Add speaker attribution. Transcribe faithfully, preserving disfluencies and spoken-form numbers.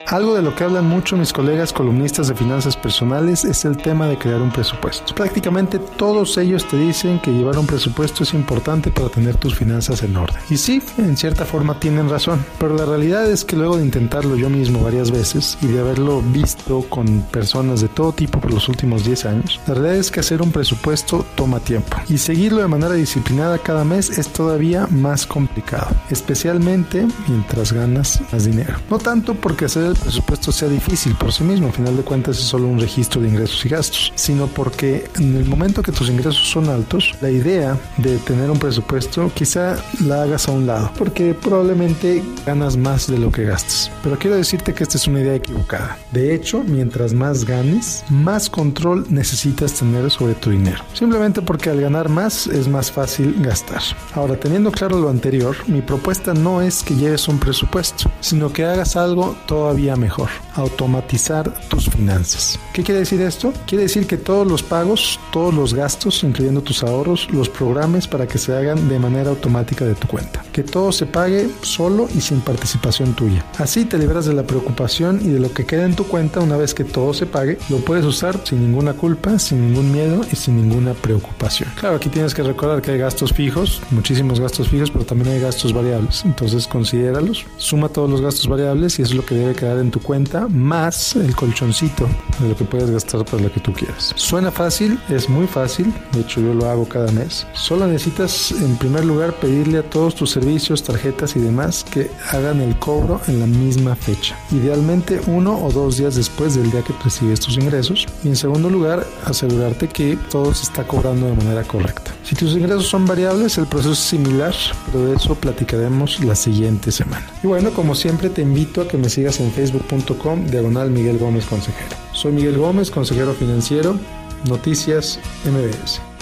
Speaker 1: Algo de lo que hablan mucho mis colegas columnistas de finanzas personales es el tema de crear un presupuesto. Prácticamente todos ellos te dicen que llevar un presupuesto es importante para tener tus finanzas en orden. Y sí, en cierta forma tienen razón, pero la realidad es que luego de intentarlo yo mismo varias veces y de haberlo visto con personas de todo tipo por los últimos diez años, la realidad es que hacer un presupuesto toma tiempo y seguirlo de manera disciplinada cada mes es todavía más complicado, especialmente mientras ganas más dinero. No tanto porque hacer el presupuesto sea difícil por sí mismo, al final de cuentas es solo un registro de ingresos y gastos, sino porque en el momento que tus ingresos son altos, la idea de tener un presupuesto quizá la hagas a un lado, porque probablemente ganas más de lo que gastas. Pero quiero decirte que esta es una idea equivocada. De hecho, mientras más ganes, más control necesitas tener sobre tu dinero, simplemente porque al ganar más es más fácil gastar. Ahora, teniendo claro lo anterior, mi propuesta no es que lleves un presupuesto, sino que hagas algo todavía mejor: automatizar tus finanzas. ¿Qué quiere decir esto? Quiere decir que todos los pagos, todos los gastos, incluyendo tus ahorros, los programes para que se hagan de manera automática de tu cuenta. Que todo se pague solo y sin participación tuya. Así te liberas de la preocupación y de lo que queda en tu cuenta una vez que todo se pague. Lo puedes usar sin ninguna culpa, sin ningún miedo y sin ninguna preocupación. Claro, aquí tienes que recordar que hay gastos fijos, muchísimos gastos fijos, pero también hay gastos variables. Entonces considéralos, suma todos los gastos variables y eso es lo que debe quedar en tu cuenta, más el colchoncito de lo que puedes gastar para lo que tú quieras. Suena fácil, es muy fácil, de hecho yo lo hago cada mes. Solo necesitas en primer lugar pedirle a todos tus servicios, tarjetas y demás que hagan el cobro en la misma fecha, idealmente uno o dos días después del día que recibes tus ingresos, y en segundo lugar asegurarte que todo se está cobrando de manera correcta. Si tus ingresos son variables, el proceso es similar, pero de eso platicaremos la siguiente semana. Y bueno, como siempre te invito a que me sigas en facebook punto com diagonal Miguel Gómez Consejero. Soy Miguel Gómez, consejero financiero, Noticias M B S.